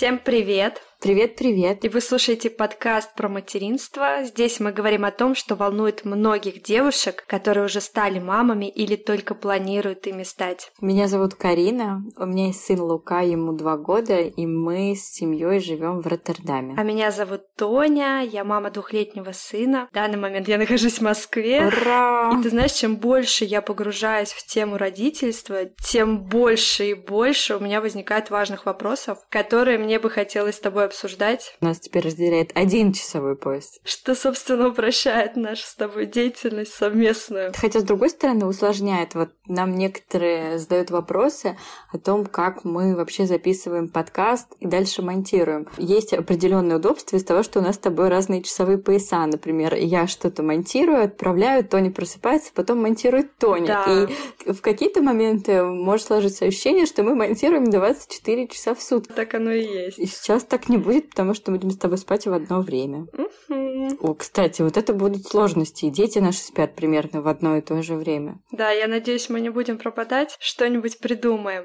Всем привет! Привет-привет! И вы слушаете подкаст про материнство. Здесь мы говорим о том, что волнует многих девушек, которые уже стали мамами или только планируют ими стать. Меня зовут Карина, у меня есть сын Лука, ему 2 года, и мы с семьей живем в Роттердаме. А меня зовут Тоня, я мама 2-летнего сына. В данный момент я нахожусь в Москве. Ура! И ты знаешь, чем больше я погружаюсь в тему родительства, тем больше и больше у меня возникает важных вопросов, которые мне бы хотелось с тобой обсуждать. Нас теперь разделяет 1 часовой пояс. Что, собственно, упрощает нашу с тобой деятельность совместную. Хотя, с другой стороны, усложняет. Вот нам некоторые задают вопросы о том, как мы вообще записываем подкаст и дальше монтируем. Есть определенное удобство из того, что у нас с тобой разные часовые пояса. Например, я что-то монтирую, отправляю, Тоня просыпается, потом монтирует Тоня. Да. И в какие-то моменты может сложиться ощущение, что мы монтируем 24 часа в сутки. Так оно и есть. И сейчас так не будет, потому что мы будем с тобой спать в одно время. О, кстати, вот это будут сложности. И дети наши спят примерно в одно и то же время. Да, я надеюсь, мы не будем пропадать, что-нибудь придумаем.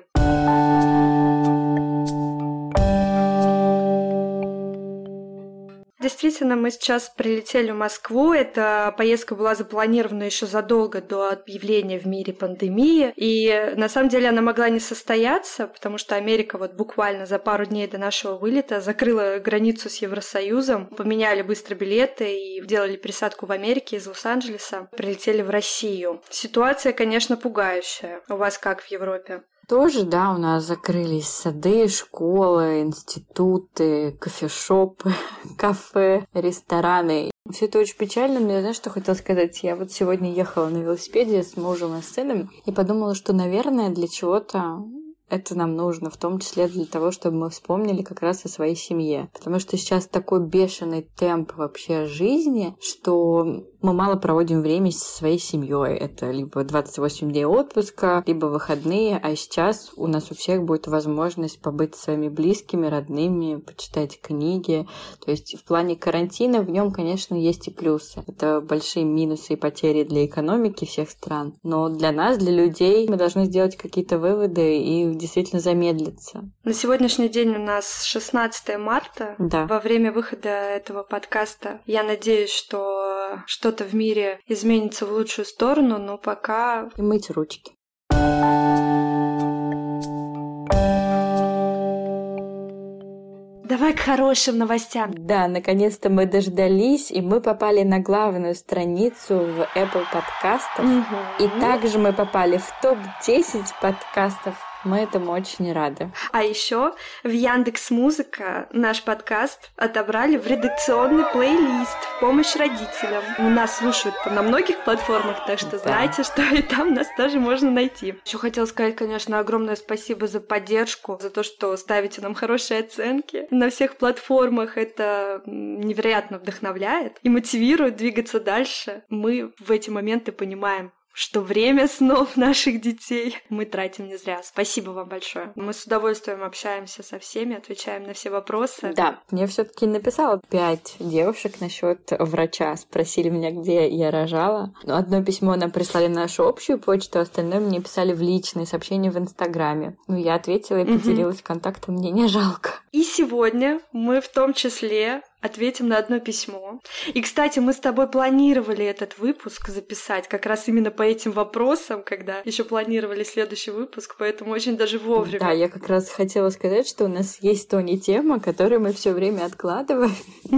Действительно, мы сейчас прилетели в Москву. Эта поездка была запланирована еще задолго до объявления в мире пандемии. И на самом деле она могла не состояться, потому что Америка вот буквально за пару дней до нашего вылета закрыла границу с Евросоюзом, поменяли быстро билеты и делали пересадку в Америке из Лос-Анджелеса. Прилетели в Россию. Ситуация, конечно, пугающая. У вас как в Европе? Тоже, да, у нас закрылись сады, школы, институты, кофешопы, кафе, рестораны. Все это очень печально, но я знаю, что хотела сказать. Я вот сегодня ехала на велосипеде с мужем и с сыном и подумала, что, наверное, для чего-то это нам нужно, в том числе для того, чтобы мы вспомнили как раз о своей семье. Потому что сейчас такой бешеный темп вообще жизни, что мы мало проводим время со своей семьей. Это либо 28 дней отпуска, либо выходные, а сейчас у нас у всех будет возможность побыть со своими близкими, родными, почитать книги. То есть в плане карантина в нем, конечно, есть и плюсы. Это большие минусы и потери для экономики всех стран. Но для нас, для людей, мы должны сделать какие-то выводы и действительно замедлиться. На сегодняшний день у нас 16 марта. Да. Во время выхода этого подкаста я надеюсь, что что-то в мире изменится в лучшую сторону, но пока... И мыть ручки. Давай к хорошим новостям. Да, наконец-то мы дождались, и мы попали на главную страницу в Apple подкастов. И также мы попали в топ-10 подкастов. Мы этому очень рады. А еще в Яндекс.Музыка наш подкаст отобрали в редакционный плейлист в помощь родителям. Нас слушают на многих платформах, так что знаете, что и там нас тоже можно найти. Еще хотела сказать, конечно, огромное спасибо за поддержку, за то, что ставите нам хорошие оценки на всех платформах. Это невероятно вдохновляет и мотивирует двигаться дальше. Мы в эти моменты понимаем, что время снов наших детей мы тратим не зря. Спасибо вам большое. Мы с удовольствием общаемся со всеми, отвечаем на все вопросы. Да, мне все-таки написало 5 девушек насчет врача. Спросили меня, где я рожала. Одно письмо нам прислали на нашу общую почту, остальное мне писали в личные сообщения в Инстаграме. Я ответила и поделилась контактом, мне не жалко. И сегодня мы в том числе ответим на одно письмо. И, кстати, мы с тобой планировали этот выпуск записать как раз именно по этим вопросам, когда еще планировали следующий выпуск, поэтому очень даже вовремя. Да, я как раз хотела сказать, что у нас есть Тони тема, которую мы все время откладываем,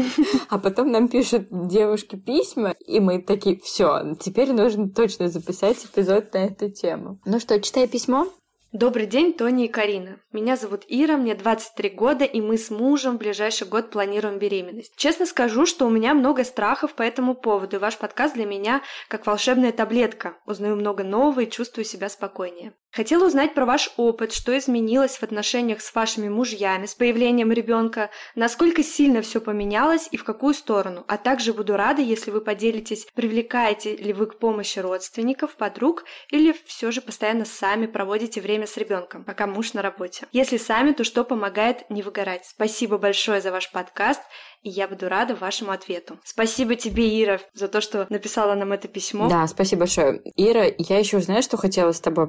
а потом нам пишут девушки письма, и мы такие: все, теперь нужно точно записать эпизод на эту тему. Ну что, читай письмо. Добрый день, Тоня и Карина. Меня зовут Ира, мне 23 года, и мы с мужем в ближайший год планируем беременность. Честно скажу, что у меня много страхов по этому поводу, и ваш подкаст для меня как волшебная таблетка. Узнаю много нового и чувствую себя спокойнее. Хотела узнать про ваш опыт, что изменилось в отношениях с вашими мужьями с появлением ребенка, насколько сильно все поменялось и в какую сторону. А также буду рада, если вы поделитесь, привлекаете ли вы к помощи родственников, подруг, или все же постоянно сами проводите время с ребенком, пока муж на работе. Если сами, то что помогает не выгорать? Спасибо большое за ваш подкаст, и я буду рада вашему ответу. Спасибо тебе, Ира, за то, что написала нам это письмо. Да, спасибо большое. Ира, я еще, знаешь, что хотела с тобой поговорить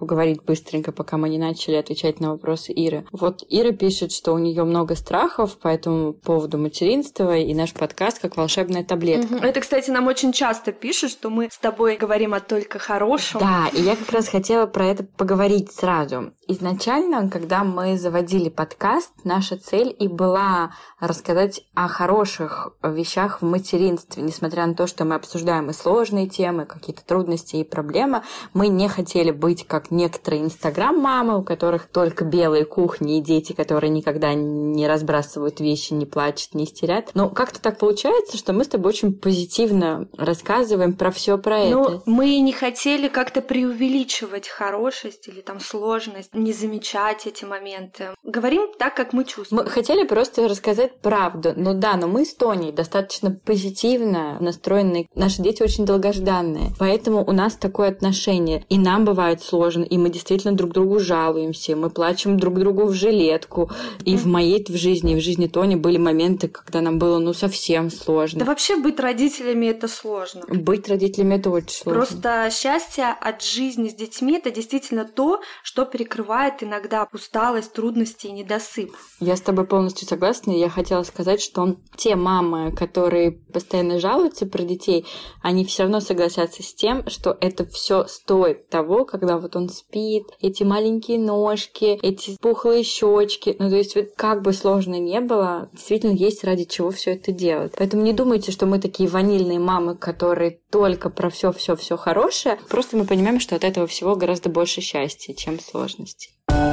быстренько, пока мы не начали отвечать на вопросы Иры. Вот Ира пишет, что у нее много страхов по этому поводу материнства, и наш подкаст как волшебная таблетка. Это, кстати, нам очень часто пишут, что мы с тобой говорим о только хорошем. Да, и я как раз хотела про это поговорить сразу. Изначально, когда мы заводили подкаст, наша цель и была рассказать о хороших вещах в материнстве. Несмотря на то, что мы обсуждаем и сложные темы, какие-то трудности и проблемы, мы не хотели быть как некоторые инстаграм-мамы, у которых только белые кухни и дети, которые никогда не разбрасывают вещи, не плачут, не истерят. Но как-то так получается, что мы с тобой очень позитивно рассказываем про все про это. Ну, мы не хотели как-то преувеличивать хорошесть или там сложность, не замечать эти моменты. Говорим так, как мы чувствуем. Мы хотели просто рассказать правду. Но мы с Тоней достаточно позитивно настроенные. Наши дети очень долгожданные. Поэтому у нас такое отношение. И нам бывает сложно, и мы действительно друг другу жалуемся, мы плачем друг другу в жилетку. И в моей в жизни, и в жизни Тони были моменты, когда нам было совсем сложно. Да вообще быть родителями это сложно. Быть родителями это очень сложно. Просто счастье от жизни с детьми это действительно то, что перекрывает иногда усталость, трудности и недосып. Я с тобой полностью согласна. Я хотела сказать, что те мамы, которые постоянно жалуются про детей, они все равно согласятся с тем, что это все стоит того, когда вот он спит, эти маленькие ножки, эти пухлые щечки. То есть вот как бы сложно не было, действительно есть ради чего все это делать. Поэтому не думайте, что мы такие ванильные мамы, которые только про все хорошее. Просто мы понимаем, что от этого всего гораздо больше счастья, чем сложностей.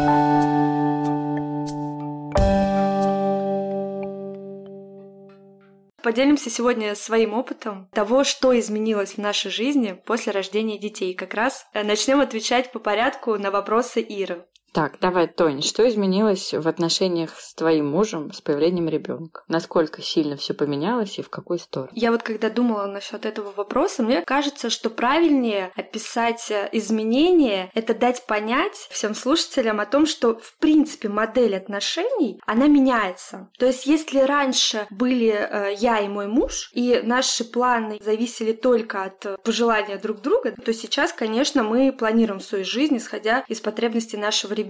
Поделимся сегодня своим опытом того, что изменилось в нашей жизни после рождения детей. Как раз начнем отвечать по порядку на вопросы Иры. Так, давай, Тонь, что изменилось в отношениях с твоим мужем с появлением ребенка? Насколько сильно все поменялось и в какую сторону? Я вот когда думала насчет этого вопроса, мне кажется, что правильнее описать изменения — это дать понять всем слушателям о том, что в принципе модель отношений, она меняется. То есть если раньше были я и мой муж, и наши планы зависели только от пожелания друг друга, то сейчас, конечно, мы планируем свою жизнь, исходя из потребностей нашего ребенка.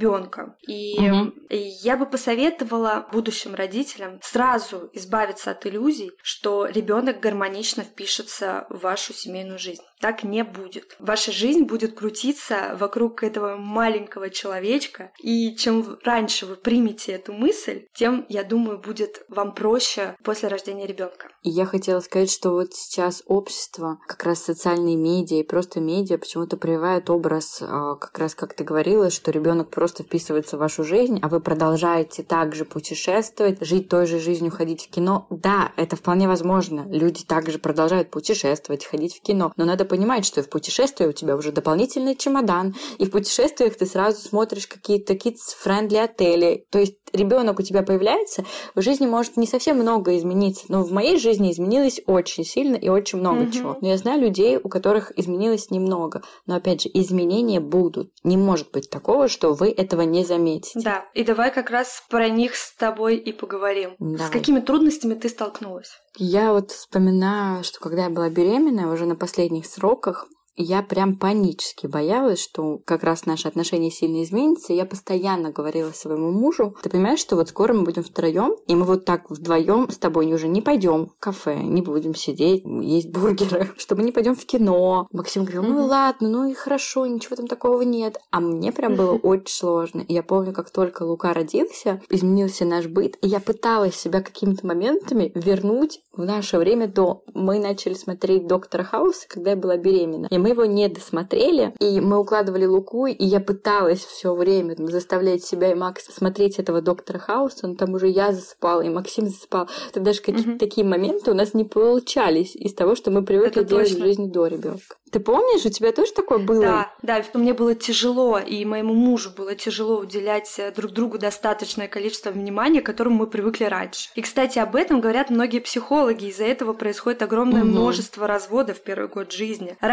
И я бы посоветовала будущим родителям сразу избавиться от иллюзий, что ребенок гармонично впишется в вашу семейную жизнь. Так не будет. Ваша жизнь будет крутиться вокруг этого маленького человечка, и чем раньше вы примете эту мысль, тем, я думаю, будет вам проще после рождения ребенка. И я хотела сказать, что вот сейчас общество, как раз социальные медиа и просто медиа почему-то прививают образ, как раз как ты говорила, что ребенок просто вписывается в вашу жизнь, а вы продолжаете также путешествовать, жить той же жизнью, ходить в кино. Да, это вполне возможно. Люди также продолжают путешествовать, ходить в кино. Но надо понимать, что и в путешествии у тебя уже дополнительный чемодан, и в путешествиях ты сразу смотришь какие-то kids-friendly отели. То есть ребенок у тебя появляется, в жизни может не совсем много измениться, но в моей жизни изменилось очень сильно и очень много чего. Но я знаю людей, у которых изменилось немного. Но опять же, изменения будут. Не может быть такого, что вы этого не заметите. Да, и давай как раз про них с тобой и поговорим. Давай. С какими трудностями ты столкнулась? Я вот вспоминаю, что когда я была беременная, уже на последних сроках, я прям панически боялась, что как раз наши отношения сильно изменятся. И я постоянно говорила своему мужу: ты понимаешь, что вот скоро мы будем втроем, и мы вот так вдвоем с тобой уже не пойдем в кафе, не будем сидеть, есть бургеры, что мы не пойдем в кино. Максим говорил: ну ладно, ну и хорошо, ничего там такого нет. А мне прям было очень сложно. И я помню, как только Лука родился, изменился наш быт, и я пыталась себя какими-то моментами вернуть в наше время до... Мы начали смотреть «Доктора Хауса», когда я была беременна. И мы его не досмотрели, и мы укладывали Луку, и я пыталась все время заставлять себя и Макса смотреть этого «Доктора Хауса», но там уже я засыпала, и Максим засыпал. Это даже какие-то такие моменты у нас не получались из того, что мы привыкли делать в жизни до ребенка. Ты помнишь, у тебя тоже такое было? Да, мне было тяжело, и моему мужу было тяжело уделять друг другу достаточное количество внимания, к которому мы привыкли раньше. И, кстати, об этом говорят многие психологи, из-за этого происходит огромное множество разводов в первый год жизни. Раньше же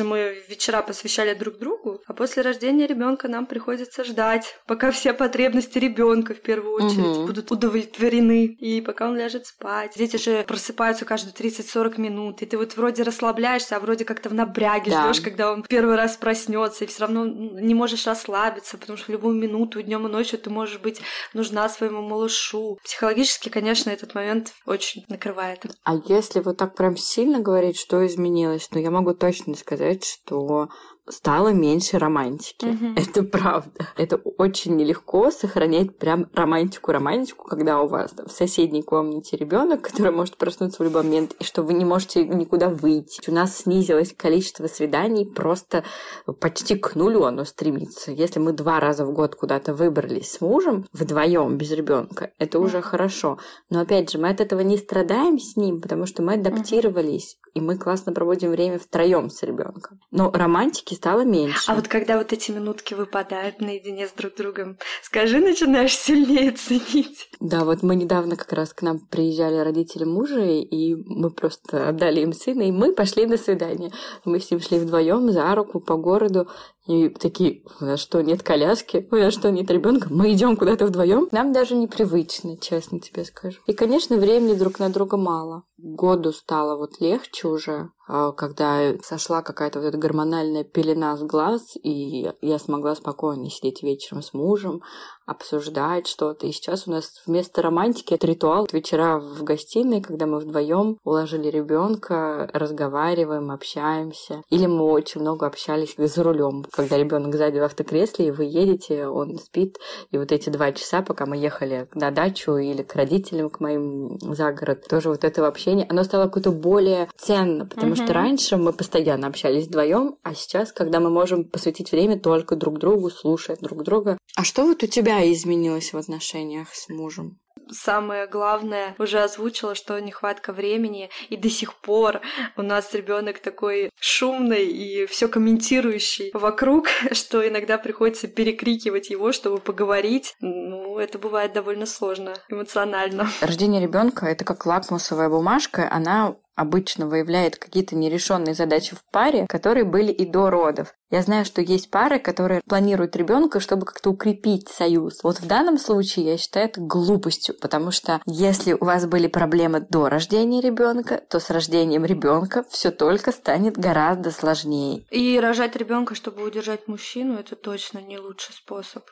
мы вечера посвящали друг другу, а после рождения ребенка нам приходится ждать, пока все потребности ребенка в первую очередь будут удовлетворены, и пока он ляжет спать. Дети же просыпаются каждые 30-40 минут, и ты вот вроде расслабляешься, а вроде как-то в напряге ждешь, когда он первый раз проснется, и все равно не можешь расслабиться, потому что в любую минуту, днем и ночью ты можешь быть нужна своему малышу. Психологически, конечно, этот момент очень накрывает. А если вот так прям сильно говорить, что изменилось, то я могу точно сказать, что стало меньше романтики. Это правда. Это очень нелегко сохранять прям романтику, когда у вас там в соседней комнате ребенок, который может проснуться в любой момент, и что вы не можете никуда выйти. У нас снизилось количество свиданий просто почти к нулю оно стремится. Если мы 2 раза в год куда-то выбрались с мужем вдвоем без ребенка, это уже хорошо. Но опять же, мы от этого не страдаем с ним, потому что мы адаптировались, и мы классно проводим время втроем с ребенком. Но романтики стало меньше. А вот когда вот эти минутки выпадают наедине с друг другом, скажи, начинаешь сильнее ценить. Да, вот мы недавно как раз к нам приезжали родители мужа, и мы просто отдали им сына, и мы пошли на свидание. Мы с ним шли вдвоем за руку по городу, и такие: у нас что, нет коляски? У нас что, нет ребенка? Мы идем куда-то вдвоем. Нам даже непривычно, честно тебе скажу. И, конечно, времени друг на друга мало. Году стало вот легче уже, когда сошла какая-то вот эта гормональная пелена с глаз, и я смогла спокойно сидеть вечером с мужем, обсуждать что-то. И сейчас у нас вместо романтики это ритуал вечера в гостиной, когда мы вдвоем уложили ребенка, разговариваем, общаемся. Или мы очень много общались за рулем, когда ребенок сзади в автокресле, и вы едете, он спит. И вот эти 2 часа, пока мы ехали на дачу или к родителям, к моим за город, тоже вот это общение, оно стало какое-то более ценно, потому что раньше мы постоянно общались вдвоем, а сейчас, когда мы можем посвятить время только друг другу, слушать друг друга. А что вот у тебя изменилось в отношениях с мужем? Самое главное, уже озвучила, что нехватка времени, и до сих пор у нас ребенок такой шумный и все комментирующий вокруг, что иногда приходится перекрикивать его, чтобы поговорить. Ну, это бывает довольно сложно, эмоционально. Рождение ребенка это как лакмусовая бумажка, она обычно выявляет какие-то нерешенные задачи в паре, которые были и до родов. Я знаю, что есть пары, которые планируют ребенка, чтобы как-то укрепить союз. Вот в данном случае я считаю это глупостью, потому что если у вас были проблемы до рождения ребенка, то с рождением ребенка все только станет гораздо сложнее. И рожать ребенка, чтобы удержать мужчину, это точно не лучший способ.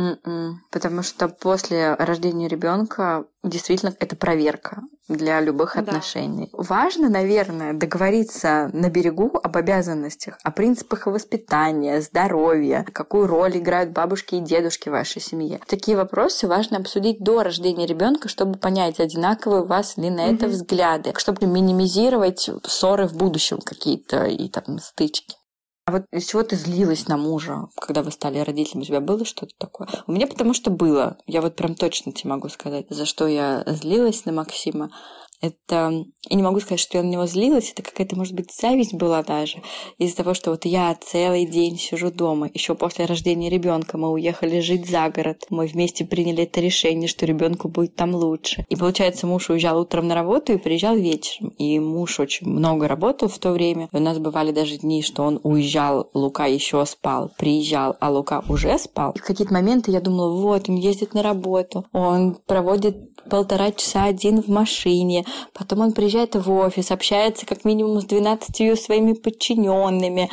Потому что после рождения ребенка действительно это проверка для любых отношений. Важно, наверное, договориться на берегу об обязанностях, о принципах воспитания, здоровья, какую роль играют бабушки и дедушки в вашей семье. Такие вопросы важно обсудить до рождения ребенка, чтобы понять, одинаковые у вас ли на это взгляды, чтобы минимизировать ссоры в будущем какие-то и там стычки. А вот из чего ты злилась на мужа, когда вы стали родителями? У тебя было что-то такое? У меня потому что было. Я вот прям точно тебе могу сказать, за что я злилась на Максима. Это... Я не могу сказать, что я на него злилась. Это какая-то, может быть, зависть была даже. Из-за того, что вот я целый день сижу дома. Еще после рождения ребенка мы уехали жить за город. Мы вместе приняли это решение, что ребенку будет там лучше. И получается, муж уезжал утром на работу и приезжал вечером. И муж очень много работал в то время. И у нас бывали даже дни, что он уезжал, Лука еще спал. Приезжал, а Лука уже спал. И в какие-то моменты я думала, вот, он ездит на работу. Он проводит 1,5 часа один в машине. Потом он приезжает в офис, общается как минимум с 12 своими подчиненными.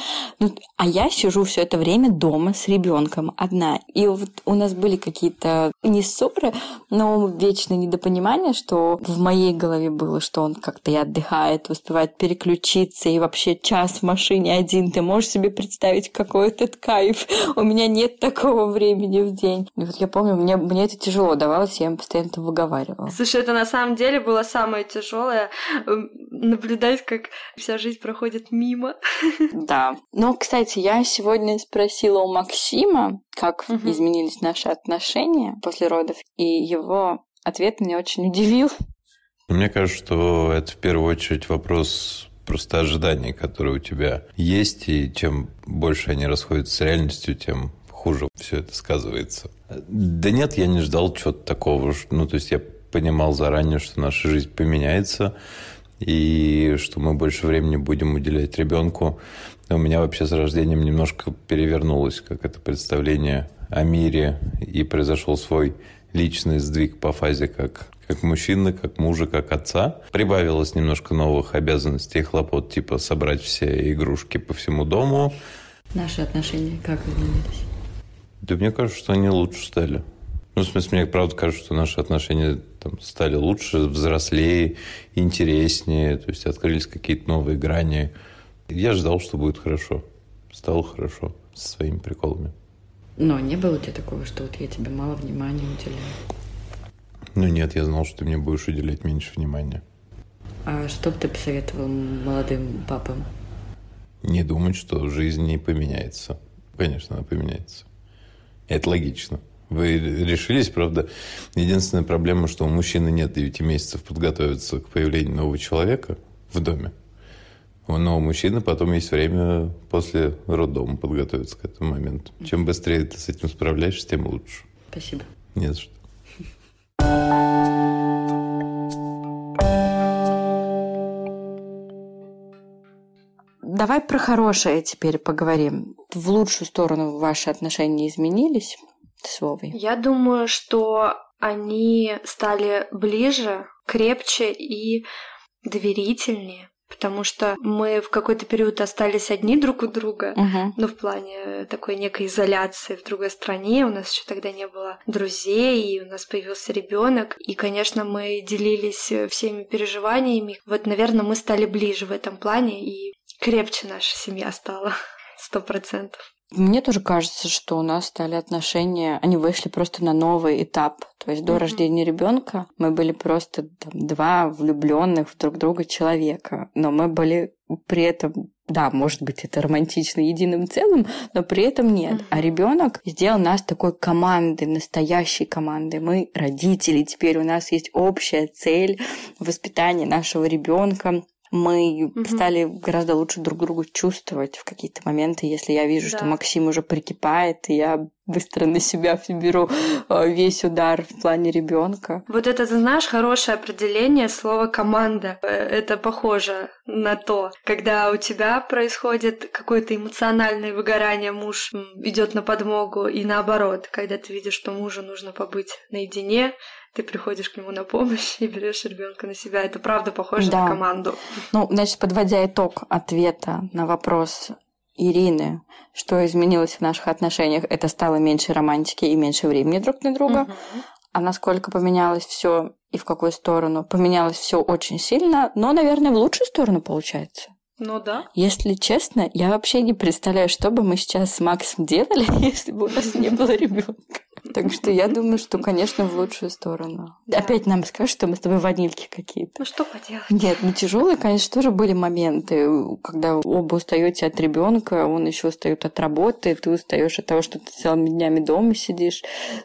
А я сижу все это время дома с ребенком одна. И вот у нас были какие-то не ссоры, но вечное недопонимание, что в моей голове было, что он как-то и отдыхает, успевает переключиться, и вообще час в машине один. Ты можешь себе представить, какой этот кайф? У меня нет такого времени в день. И вот я помню, мне это тяжело давалось, я им постоянно это выговаривала. Слушай, это на самом деле было самое тяжелое наблюдать, как вся жизнь проходит мимо. Да. Но, кстати, я сегодня спросила у Максима, как изменились наши отношения после родов, и его ответ меня очень удивил. Мне кажется, что это в первую очередь вопрос просто ожиданий, которые у тебя есть, и чем больше они расходятся с реальностью, тем хуже все это сказывается. Да нет, я не ждал чего-то такого. То есть я понимал заранее, что наша жизнь поменяется, и что мы больше времени будем уделять ребенку. У меня вообще с рождением немножко перевернулось, как это представление о мире, и произошел свой личный сдвиг по фазе как мужчины, как мужа, как отца. Прибавилось немножко новых обязанностей и хлопот, типа собрать все игрушки по всему дому. Наши отношения как изменились? Да мне кажется, что они лучше стали. Ну, в смысле, мне правда кажется, что наши отношения там стали лучше, взрослее, интереснее, то есть открылись какие-то новые грани. Я ждал, что будет хорошо. Стало хорошо со своими приколами. Но не было у тебя такого, что вот я тебе мало внимания уделяю? Ну нет, я знал, что ты мне будешь уделять меньше внимания. А что бы ты посоветовал молодым папам? Не думать, что жизнь не поменяется. Конечно, она поменяется. Это логично. Вы решились, правда? Единственная проблема, что у мужчины нет 9 месяцев подготовиться к появлению нового человека в доме. Но у мужчины потом есть время после роддома подготовиться к этому моменту. Чем быстрее ты с этим справляешься, тем лучше. Спасибо. Не за что. Давай про хорошее теперь поговорим. В лучшую сторону ваши отношения изменились с Вовой? Я думаю, что они стали ближе, крепче и доверительнее. Потому что мы в какой-то период остались одни друг у друга, ну, в плане такой некой изоляции в другой стране. У нас еще тогда не было друзей, и у нас появился ребенок. И, конечно, мы делились всеми переживаниями. Вот, наверное, мы стали ближе в этом плане, и крепче наша семья стала 100%. Мне тоже кажется, что у нас стали отношения, они вышли просто на новый этап. То есть до рождения ребенка мы были просто два влюбленных друг в друга человека. Но мы были при этом, да, может быть, это романтично единым целым, но при этом нет. А ребенок сделал нас такой командой, настоящей командой. Мы родители, теперь у нас есть общая цель воспитания нашего ребенка. Мы стали гораздо лучше друг друга чувствовать в какие-то моменты. Если я вижу, что Максим уже прикипает, и я быстро на себя беру весь удар в плане ребенка. Вот это, ты знаешь, хорошее определение слова «команда». Это похоже на то, когда у тебя происходит какое-то эмоциональное выгорание, муж идет на подмогу, и наоборот, когда ты видишь, что мужу нужно побыть наедине, ты приходишь к нему на помощь и берешь ребенка на себя. Это правда похоже на команду. Ну, значит, подводя итог ответа на вопрос Ирины, что изменилось в наших отношениях, это стало меньше романтики и меньше времени друг на друга. А насколько поменялось все и в какую сторону? Поменялось все очень сильно, но, наверное, в лучшую сторону получается. Ну да. Если честно, я вообще не представляю, что бы мы сейчас с Максом делали, если бы у нас не было ребенка. Так что я думаю, что, конечно, в лучшую сторону. Да. Опять нам скажут, что мы с тобой ванильки какие-то. Ну что поделать? Нет, ну тяжелые, конечно, тоже были моменты, когда оба устаете от ребенка, он еще устает от работы, ты устаешь от того, что ты целыми днями дома сидишь.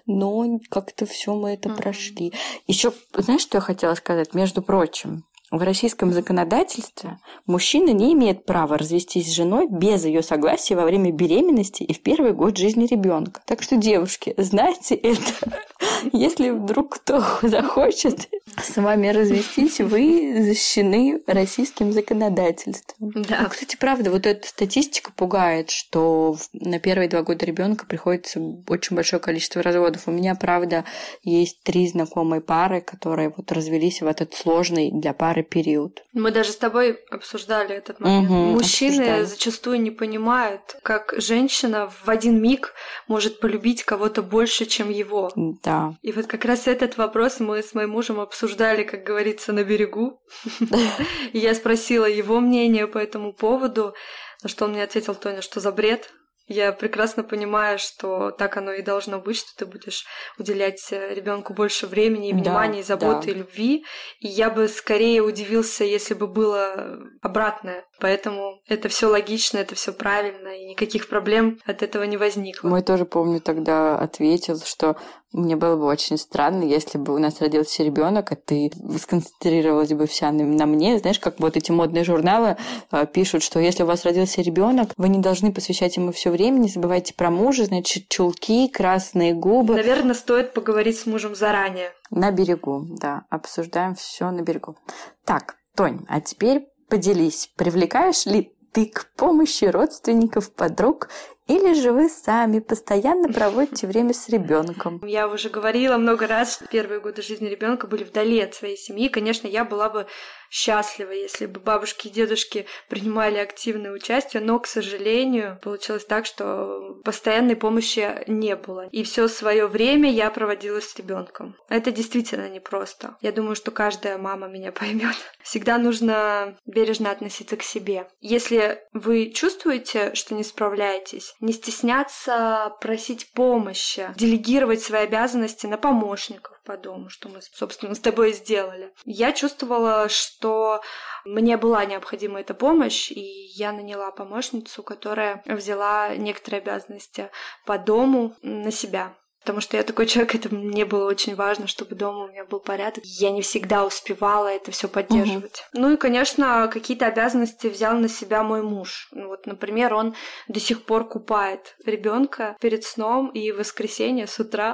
Но как-то все мы это прошли. Еще, знаешь, что я хотела сказать? Между прочим, в российском законодательстве мужчина не имеет права развестись с женой без ее согласия во время беременности и в первый год жизни ребенка. Так что, девушки, знайте это. Если вдруг кто захочет с вами развестись, вы защищены российским законодательством. Да. Ну, кстати, правда, вот эта статистика пугает, что на первые 2 года ребенка приходится очень большое количество разводов. У меня, правда, есть 3 знакомые пары, которые вот развелись в этот сложный для пары период. Мы даже с тобой обсуждали этот момент. Мужчины зачастую не понимают, как женщина в один миг может полюбить кого-то больше, чем его. Да. И вот как раз этот вопрос мы с моим мужем обсуждали, как говорится, на берегу. И я спросила его мнение по этому поводу, на что он мне ответил: Тоня, что за бред? Я прекрасно понимаю, что так оно и должно быть, что ты будешь уделять ребенку больше времени и внимания, и заботы, и любви. И я бы скорее удивился, если бы было обратное. Поэтому это все логично, это все правильно, и никаких проблем от этого не возникло. Мой тоже, помню, тогда ответил, что мне было бы очень странно, если бы у нас родился ребенок, а ты сконцентрировалась бы вся на мне. Знаешь, как вот эти модные журналы пишут, что если у вас родился ребенок, вы не должны посвящать ему все время, не забывайте про мужа, значит, чулки, красные губы. Наверное, стоит поговорить с мужем заранее. На берегу, да, обсуждаем все на берегу. Так, Тонь, а теперь поделись, привлекаешь ли ты к помощи родственников, подруг, или же вы сами постоянно проводите время с ребенком? Я уже говорила много раз, что первые годы жизни ребенка были вдали от своей семьи. Конечно, я была бы счастлива, если бы бабушки и дедушки принимали активное участие, но, к сожалению, получилось так, что постоянной помощи не было. И все свое время я проводила с ребенком. Это действительно непросто. Я думаю, что каждая мама меня поймет. Всегда нужно бережно относиться к себе. Если вы чувствуете, что не справляетесь, не стесняться просить помощи, делегировать свои обязанности на помощников по дому, что мы, собственно, с тобой сделали. Я чувствовала, что мне была необходима эта помощь, и я наняла помощницу, которая взяла некоторые обязанности по дому на себя. Потому что я такой человек, это мне было очень важно, чтобы дома у меня был порядок. Я не всегда успевала это все поддерживать. Ну и, конечно, какие-то обязанности взял на себя мой муж. Вот, например, он до сих пор купает ребенка перед сном, и в воскресенье с утра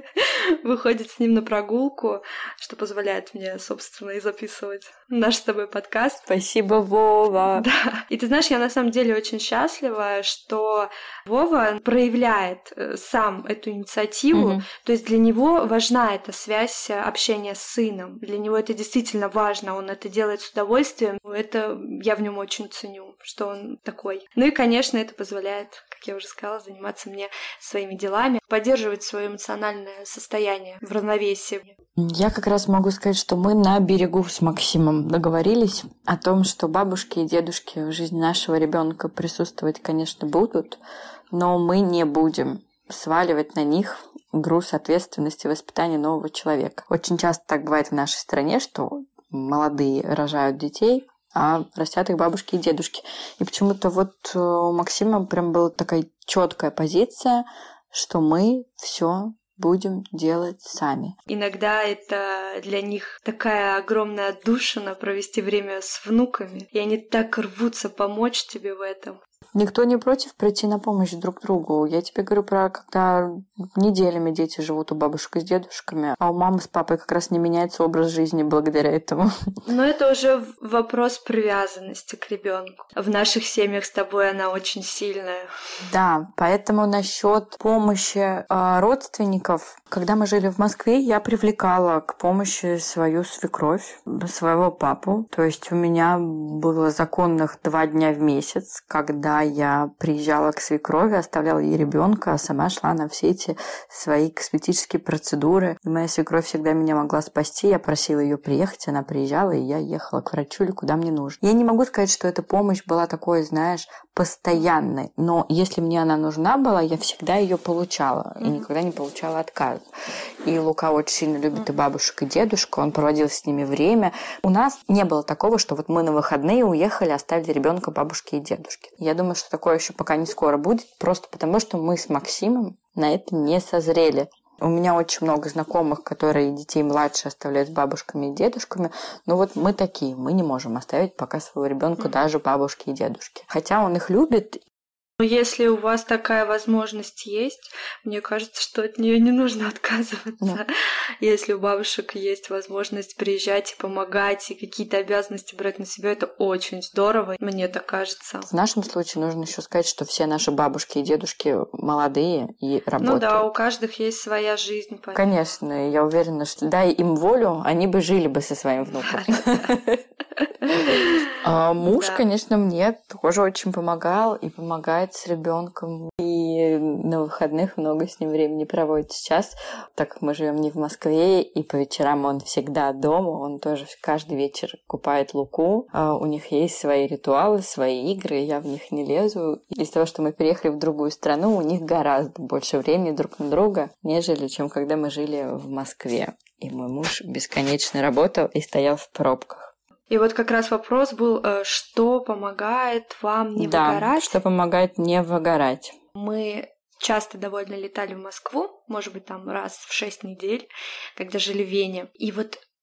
выходит с ним на прогулку, что позволяет мне, собственно, и записывать наш с тобой подкаст. Спасибо, Вова! Да. И ты знаешь, я на самом деле очень счастлива, что Вова проявляет сам эту инициативу. То есть для него важна эта связь общения с сыном. Для него это действительно важно, он это делает с удовольствием. Это я в нем очень ценю, что он такой. Ну и, конечно, это позволяет, как я уже сказала, заниматься мне своими делами, поддерживать свое эмоциональное состояние в равновесии. Я как раз могу сказать, что мы на берегу с Максимом договорились о том, что бабушки и дедушки в жизни нашего ребенка присутствовать, конечно, будут, но мы не будем сваливать на них груз ответственности воспитания нового человека. Очень часто так бывает в нашей стране, что молодые рожают детей, а растят их бабушки и дедушки. И почему-то вот у Максима прям была такая четкая позиция, что мы все будем делать сами. Иногда это для них такая огромная отдушина провести время с внуками, и они так рвутся помочь тебе в этом. Никто не против прийти на помощь друг другу. Я тебе говорю про, когда неделями дети живут у бабушек и с дедушками, а у мамы с папой как раз не меняется образ жизни благодаря этому. Но это уже вопрос привязанности к ребенку. В наших семьях с тобой она очень сильная. Да, поэтому насчет помощи родственников, когда мы жили в Москве, я привлекала к помощи свою свекровь, своего папу. То есть у меня было законных 2 дня в месяц, когда я приезжала к свекрови, оставляла ей ребенка, а сама шла на все эти свои косметические процедуры. И моя свекровь всегда меня могла спасти. Я просила ее приехать, она приезжала, и я ехала к врачу или куда мне нужно. Я не могу сказать, что эта помощь была такой, знаешь, постоянной, но если мне она нужна была, я всегда ее получала и никогда не получала отказа. И Лука очень сильно любит и бабушек, и дедушку, он проводил с ними время. У нас не было такого, что вот мы на выходные уехали, оставили ребенка бабушке и дедушке. Я думаю, что такое еще пока не скоро будет, просто потому что мы с Максимом на это не созрели. У меня очень много знакомых, которые детей младше оставляют с бабушками и дедушками. Но вот мы такие, мы не можем оставить пока своего ребенка даже бабушке и дедушке. Хотя он их любит. Но если у вас такая возможность есть, мне кажется, что от нее не нужно отказываться. Да. Если у бабушек есть возможность приезжать и помогать, и какие-то обязанности брать на себя, это очень здорово, мне так кажется. В нашем случае нужно еще сказать, что все наши бабушки и дедушки молодые и работают. Ну да, у каждых есть своя жизнь. Понятно. Конечно, я уверена, что дай им волю, они бы жили бы со своим внуком. А муж, конечно, мне тоже очень помогал и помогает с ребенком. И на выходных много с ним времени проводит. Сейчас, так как мы живем не в Москве, и по вечерам он всегда дома, он тоже каждый вечер купает Луку. У них есть свои ритуалы, свои игры, я в них не лезу. Из-за того, что мы переехали в другую страну, у них гораздо больше времени друг на друга, нежели чем когда мы жили в Москве. И мой муж бесконечно работал и стоял в пробках. И вот как раз вопрос был, что помогает вам не выгорать? Да, что помогает не выгорать. Мы часто довольно летали в Москву, может быть, там раз в 6 недель, когда жили в Вене. И вот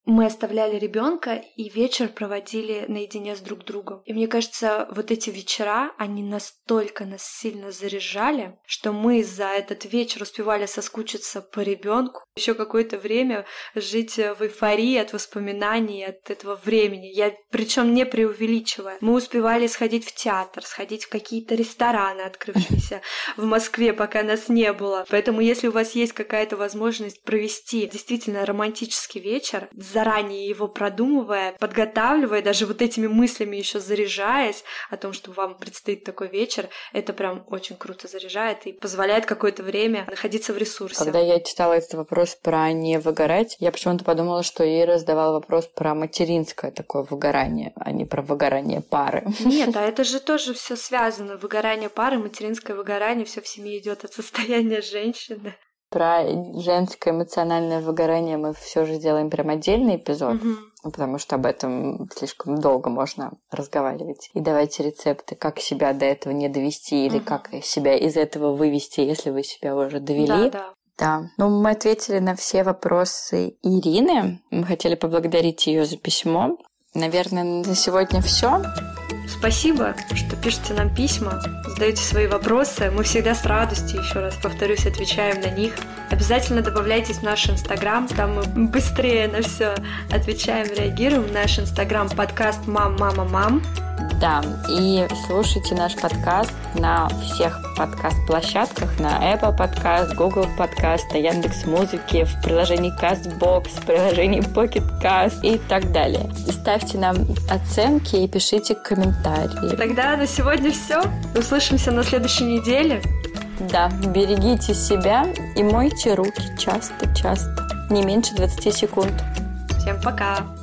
мы оставляли ребенка и вечер проводили наедине с друг другом. И мне кажется, вот эти вечера, они настолько нас сильно заряжали, что мы за этот вечер успевали соскучиться по ребенку, еще какое-то время жить в эйфории от воспоминаний, от этого времени. Я причем не преувеличивая. Мы успевали сходить в театр, сходить в какие-то рестораны, открывшиеся в Москве, пока нас не было. Поэтому, если у вас есть какая-то возможность провести действительно романтический вечер, заранее его продумывая, подготавливая, даже вот этими мыслями еще заряжаясь о том, что вам предстоит такой вечер, это прям очень круто заряжает и позволяет какое-то время находиться в ресурсе. Когда я читала этот вопрос про не выгорать, я почему-то подумала, что Ира задавала вопрос про материнское такое выгорание, а не про выгорание пары. Нет, а это же тоже все связано. Выгорание пары, материнское выгорание, все в семье идет от состояния женщины. Про женское эмоциональное выгорание мы все же сделаем прям отдельный эпизод, потому что об этом слишком долго можно разговаривать. И давайте рецепты, как себя до этого не довести или как себя из этого вывести, если вы себя уже довели. Да. Ну, мы ответили на все вопросы Ирины. Мы хотели поблагодарить ее за письмо. Наверное, на сегодня все. Спасибо, что пишете нам письма, задаете свои вопросы. Мы всегда с радостью, еще раз повторюсь, отвечаем на них. Обязательно добавляйтесь в наш Инстаграм, там мы быстрее на все отвечаем, реагируем. Наш Инстаграм подкаст «Мам-мама-мам». Да, и слушайте наш подкаст на всех подкаст-площадках, на Apple Podcast, Google Podcast, на Яндекс.Музыке, в приложении CastBox, в приложении Pocket Cast и так далее. Ставьте нам оценки и пишите комментарии. Тогда на сегодня все. Услышимся на следующей неделе. Да, берегите себя и мойте руки часто-часто. Не меньше 20 секунд. Всем пока!